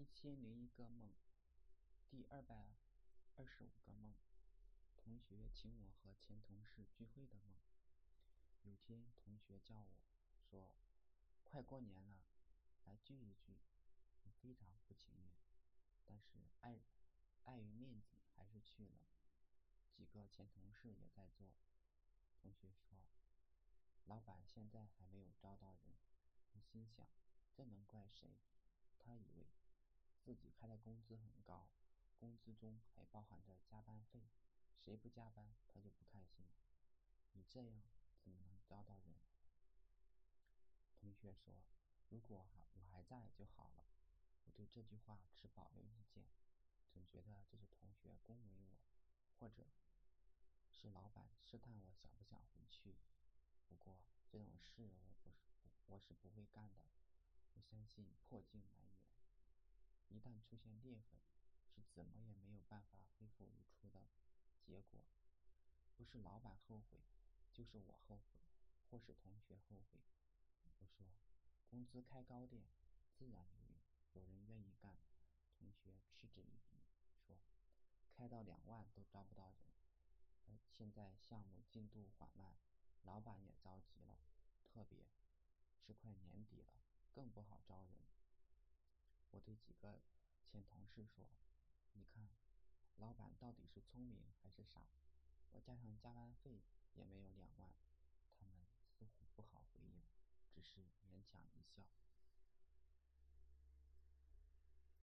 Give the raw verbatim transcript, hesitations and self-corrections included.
一千零一个梦，第二百二十五个梦，同学请我和前同事聚会的梦。有天同学叫我说，快过年了，来聚一聚。我非常不情愿，但是碍碍于面子还是去了。几个前同事也在做。同学说，老板现在还没有招到人。我心想，这能怪谁？他以为自己开的工资很高，工资中还包含着加班费，谁不加班他就不开心。你这样怎么能招到人？同学说，如果我还在就好了。我对这句话持保留意见，总觉得这是同学恭维我，或者是老板试探我想不想回去。不过这种事我不是我是不会干的。我相信破镜难圆，一旦出现裂痕，是怎么也没有办法恢复如初的。结果不是老板后悔，就是我后悔，或是同学后悔。我说，工资开高点，自然有人有人愿意干。同学嗤之以鼻，说，开到两万都招不到人，而现在项目进度缓慢，老板也着急了，特别是快年底了，更不好招人。我对几个前同事说，你看，老板到底是聪明还是傻？我加上加班费也没有两万。他们似乎不好回应，只是勉强一笑。